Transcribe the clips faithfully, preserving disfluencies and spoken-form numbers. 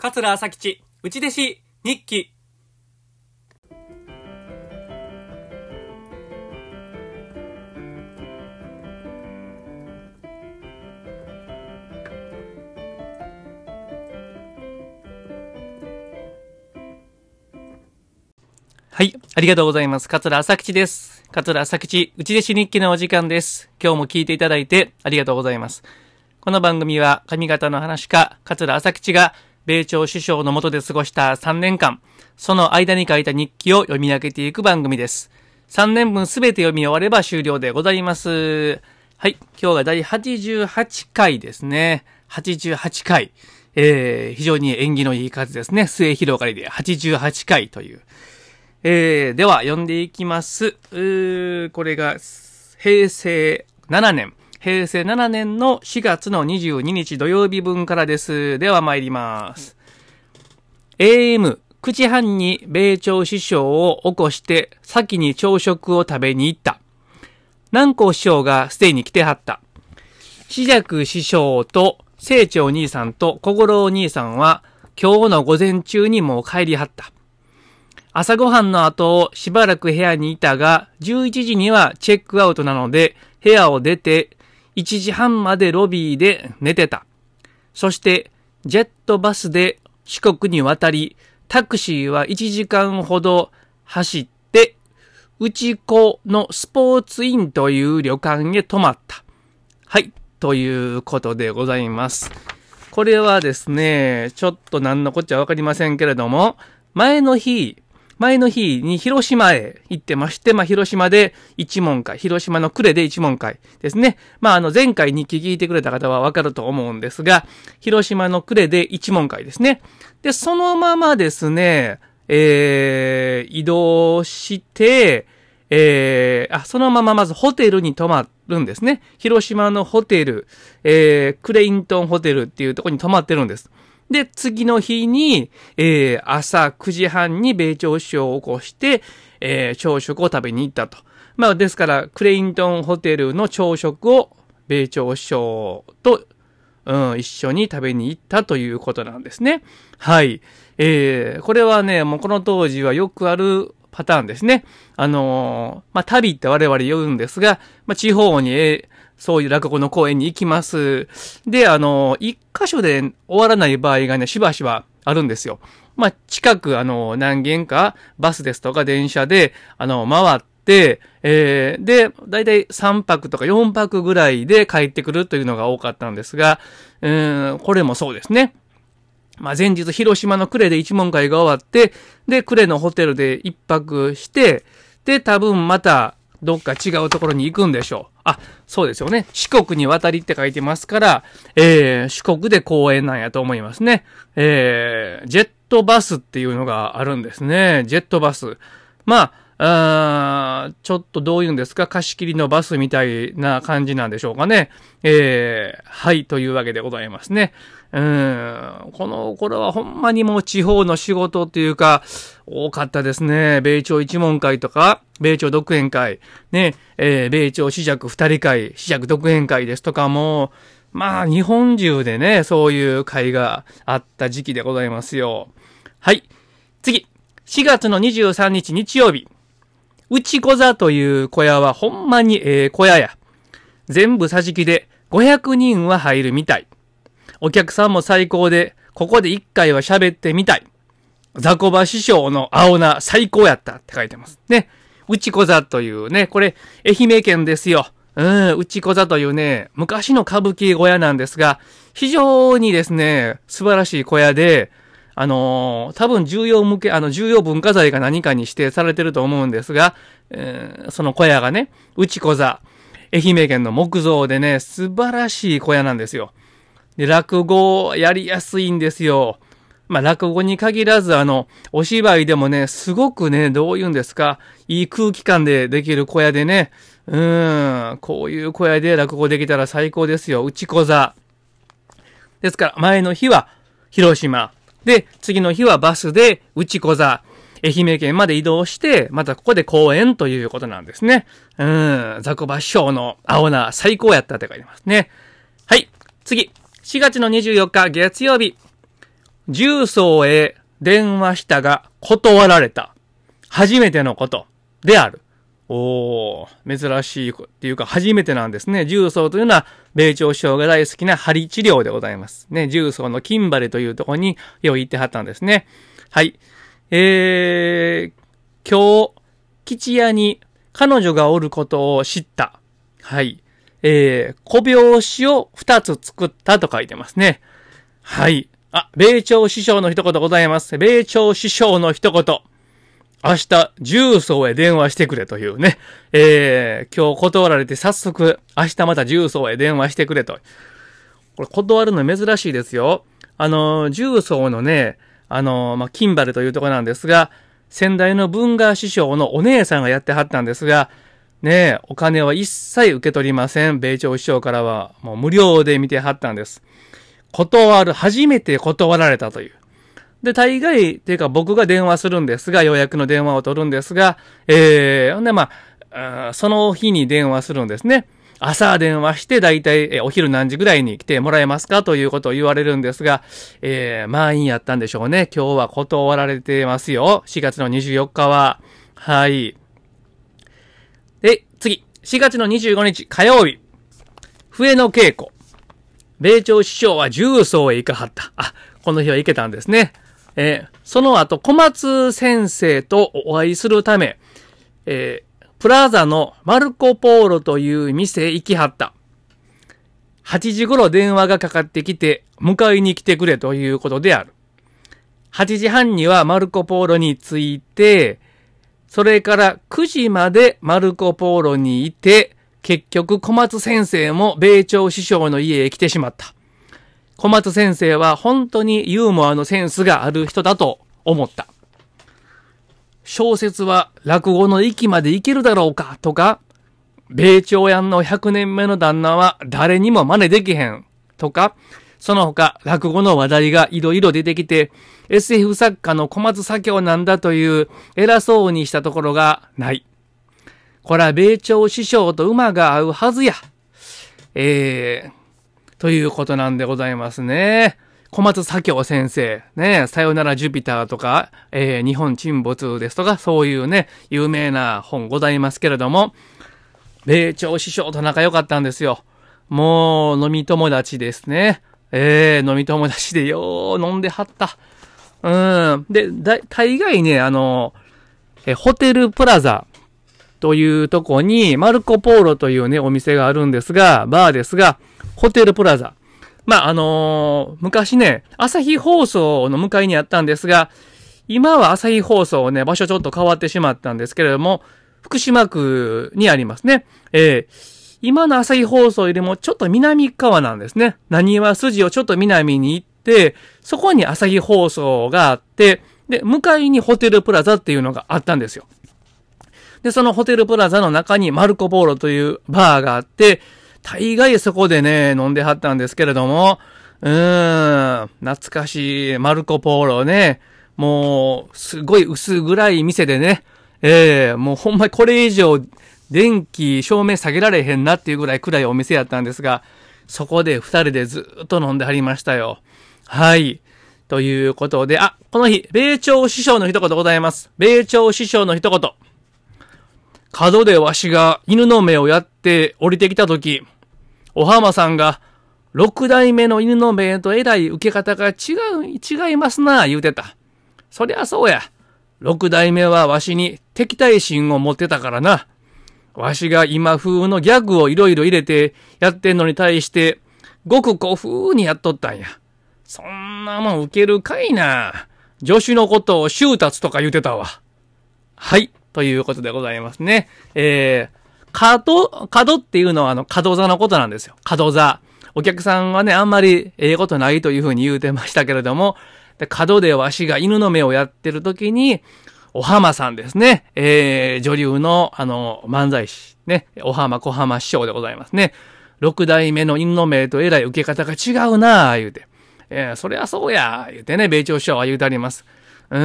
桂朝吉内弟子日記。はい、ありがとうございます。桂朝吉です。桂朝吉内弟子日記のお時間です。今日も聞いていただいてありがとうございます。この番組は上方の話家桂朝吉が米朝首相の下で過ごしたさんねんかん、その間に書いた日記を読み上げていく番組です。さんねんぶんすべて読み終われば終了でございます。はい、今日が第はちじゅうはちかいですね。はちじゅうはちかい。えー、非常に縁起のいい数ですね。末広がりではちじゅうはちかいという。えー、では読んでいきます。うーこれがへいせいななねん。へいせいななねんのしがつのにじゅうににち土曜日分からです。では参ります。エーエムくじはんに米朝首相を起こして先に朝食を食べに行った。南光師匠がすでに来てはった。紫尺師匠と清張兄さんと小五郎兄さんは今日の午前中にもう帰りはった。朝ごはんの後しばらく部屋にいたが、じゅういちじにはチェックアウトなので、部屋を出ていちじはんまでロビーで寝てた。そして、ジェットバスで四国に渡り、タクシーはいちじかんほど走って、内子のスポーツインという旅館へ泊まった。はい、ということでございます。これはですね、ちょっと何のこっちゃわかりませんけれども、前の日、前の日に広島へ行ってまして、まあ、広島で一問会、広島の呉で一問会ですね。まあ、あの、前回日記聞いてくれた方はわかると思うんですが、広島の呉で一問会ですね。で、そのままですね、えー、移動して、えー、あ、そのまままずホテルに泊まるんですね。広島のホテル、えー、クレイントンホテルっていうところに泊まってるんです。で、次の日に、えー、朝くじはんに米朝首相を起こして、えー、朝食を食べに行ったと。まあ、ですから、クレイントンホテルの朝食を米朝首相と、うん、一緒に食べに行ったということなんですね。はい。えー、これはね、もうこの当時はよくあるパターンですね。あのー、まあ、旅って我々言うんですが、まあ、地方に、えーそういう落語の公演に行きます。で、あの、一箇所で終わらない場合がね、しばしばあるんですよ。まあ、近く、あの、何軒か、バスですとか電車で、あの、回って、えー、で、だいたいさんぱくとかよんぱくぐらいで帰ってくるというのが多かったんですが、うーん、これもそうですね。まあ、前日、広島の呉で一問会が終わって、で、呉のホテルで一泊して、で、多分また、どっか違うところに行くんでしょう。あ、そうですよね。四国に渡りって書いてますから、えー、四国で公演なんやと思いますね。えー、ジェットバスっていうのがあるんですね。ジェットバス。まあ、あちょっとどういうんですか、貸し切りのバスみたいな感じなんでしょうかね。えー、はい、というわけでございますね。うーん、この頃はほんまにもう地方の仕事っていうか、多かったですね。米朝一門会とか、米朝独演会、ね、えー、米朝紫尺二人会、紫尺独演会ですとかも、まあ日本中でね、そういう会があった時期でございますよ。はい。次。しがつのにじゅうさんにち日曜日。内子座という小屋はほんまにええ小屋や。全部桟敷でごひゃくにんは入るみたい。お客さんも最高で、ここでいっかいは喋ってみたい。雑魚場師匠の青菜最高やったって書いてます。ね。内子座というね、これ、愛媛県ですよ。うん、内子座というね、昔の歌舞伎小屋なんですが、非常にですね、素晴らしい小屋で、あのー、多分重要向け、あの、重要文化財が何かに指定されてると思うんですが、えー、その小屋がね、内子座、愛媛県の木造でね、素晴らしい小屋なんですよ。で、落語やりやすいんですよ。まあ、落語に限らず、あの、お芝居でもね、すごくね、どう言うんですか、いい空気感でできる小屋でね、うーん、こういう小屋で落語できたら最高ですよ。内子座。ですから、前の日は広島。で、次の日はバスで内子座。愛媛県まで移動して、またここで公演ということなんですね。うん、雑魚場師匠の青菜最高やったって書いてますね。はい、次。しがつのにじゅうよっか月曜日。 重曹へ電話したが断られた。初めてのことである。おー、珍しいっていうか初めてなんですね。重曹というのは、米朝首相が大好きな針治療でございます。ね、重曹の金針というところによう行ってはったんですね。はい。えー、今日、吉屋に彼女がおることを知った。はい。えー、小拍子を二つ作ったと書いてますね。はい。あ、米朝首相の一言ございます。米朝首相の一言。明日、重曹へ電話してくれというね。えー、今日断られて早速、明日また重曹へ電話してくれと。これ断るの珍しいですよ。あの、重曹のね、あの、まあ、金針というところなんですが、先代の文雅師匠のお姉さんがやってはったんですが、ねえ、お金は一切受け取りません。米朝師匠からは、もう無料で見てはったんです。断る、初めて断られたという。で、大概、っていうか僕が電話するんですが、予約の電話を取るんですが、えー、ほんでまあ、その日に電話するんですね。朝電話して、だいたいお昼何時ぐらいに来てもらえますかということを言われるんですが、えー、満員やったんでしょうね。今日は断られてますよ。しがつのにじゅうよっかは。はい。で、次。しがつのにじゅうごにち火曜日。笛の稽古。米朝師匠は重曹へ行かはった。あ、この日は行けたんですね。えー、その後、小松先生とお会いするため、えー、プラザのマルコポーロという店へ行きはった。はちじ頃電話がかかってきて、迎えに来てくれということである。はちじはんにはマルコポーロに着いて、それからくじまでマルコポーロにいて、結局小松先生も米朝師匠の家へ来てしまった。小松先生は本当にユーモアのセンスがある人だと思った。小説は落語の域までいけるだろうかとか、米朝やんのひゃくねんめの旦那は誰にも真似できへんとか、その他落語の話題がいろいろ出てきて、エスエフ 作家の小松左京なんだという偉そうにしたところがない。これは米朝師匠と馬が合うはずや。えー、ということなんでございますね。小松左京先生、ね、さよならジュピターとか、えー、日本沈没ですとか、そういうね、有名な本ございますけれども、米朝師匠と仲良かったんですよ。もう、飲み友達ですね。えー、飲み友達でよー飲んではった。うん。で、だ、大概ね、あの、え、ホテルプラザというとこに、マルコポーロというね、お店があるんですが、バーですが、ホテルプラザ。まあ、あのー、昔ね、朝日放送の向かいにあったんですが、今は朝日放送ね、場所ちょっと変わってしまったんですけれども、福島区にありますね。えー、今の朝日放送よりもちょっと南側なんですね。浪速筋をちょっと南に行って、そこに朝日放送があって、で、向かいにホテルプラザっていうのがあったんですよ。で、そのホテルプラザの中にマルコポーロというバーがあって、大概そこでね、飲んではったんですけれども、うーん、懐かしいマルコポーロね、もう、すごい薄暗い店でね、ええー、もうほんまにこれ以上、電気、照明下げられへんなっていうぐらい暗いお店やったんですが、そこで二人でずっと飲んではりましたよ。はい。ということで、あ、この日、米朝師匠の一言ございます。米朝師匠の一言。角でわしが犬の目をやって降りてきたとき、お浜さんが、六代目の犬の目とえらい受け方が違う、違いますな、言うてた。そりゃそうや。六代目はわしに敵対心を持ってたからな。わしが今風のギャグをいろいろ入れてやってんのに対して、ごく古風にやっとったんや。そんなもん受けるかいな。助手のことを収達とか言うてたわ。はい。ということでございますね。えー、角、角っていうのはあの、角座のことなんですよ。角座。お客さんはね、あんまりええことないというふうに言うてましたけれども、で角でわしが犬の目をやってる時に、お浜さんですね。えー、女流の、あの、漫才師。ね。お浜小浜師匠でございますね。六代目の犬の目とえらい受け方が違うなぁ、言うて。えー、そりゃそうや、言うてね、米朝師匠は言うてあります。うん。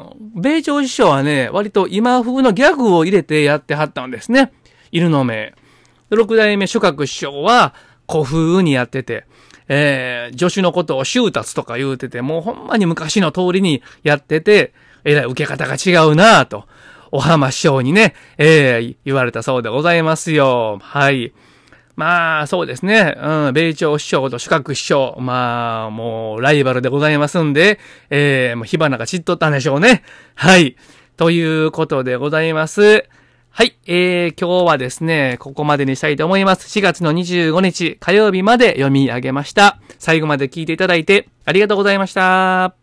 米朝師匠はね、割と今風のギャグを入れてやってはったんですね。犬の目。六代目諸角師匠は古風にやってて。 えー、助手のことを収達とか言うてて、もうほんまに昔の通りにやってて、えらい受け方が違うなぁと、お浜師匠にね、えー、言われたそうでございますよ。はい。まあ、そうですね。うん、米朝師匠と主覚師匠。まあ、もう、ライバルでございますんで、えー、もう火花が散っとったんでしょうね。はい。ということでございます。はい。えー、今日はですね、ここまでにしたいと思います。しがつのにじゅうごにち火曜日まで読み上げました。最後まで聞いていただいてありがとうございました。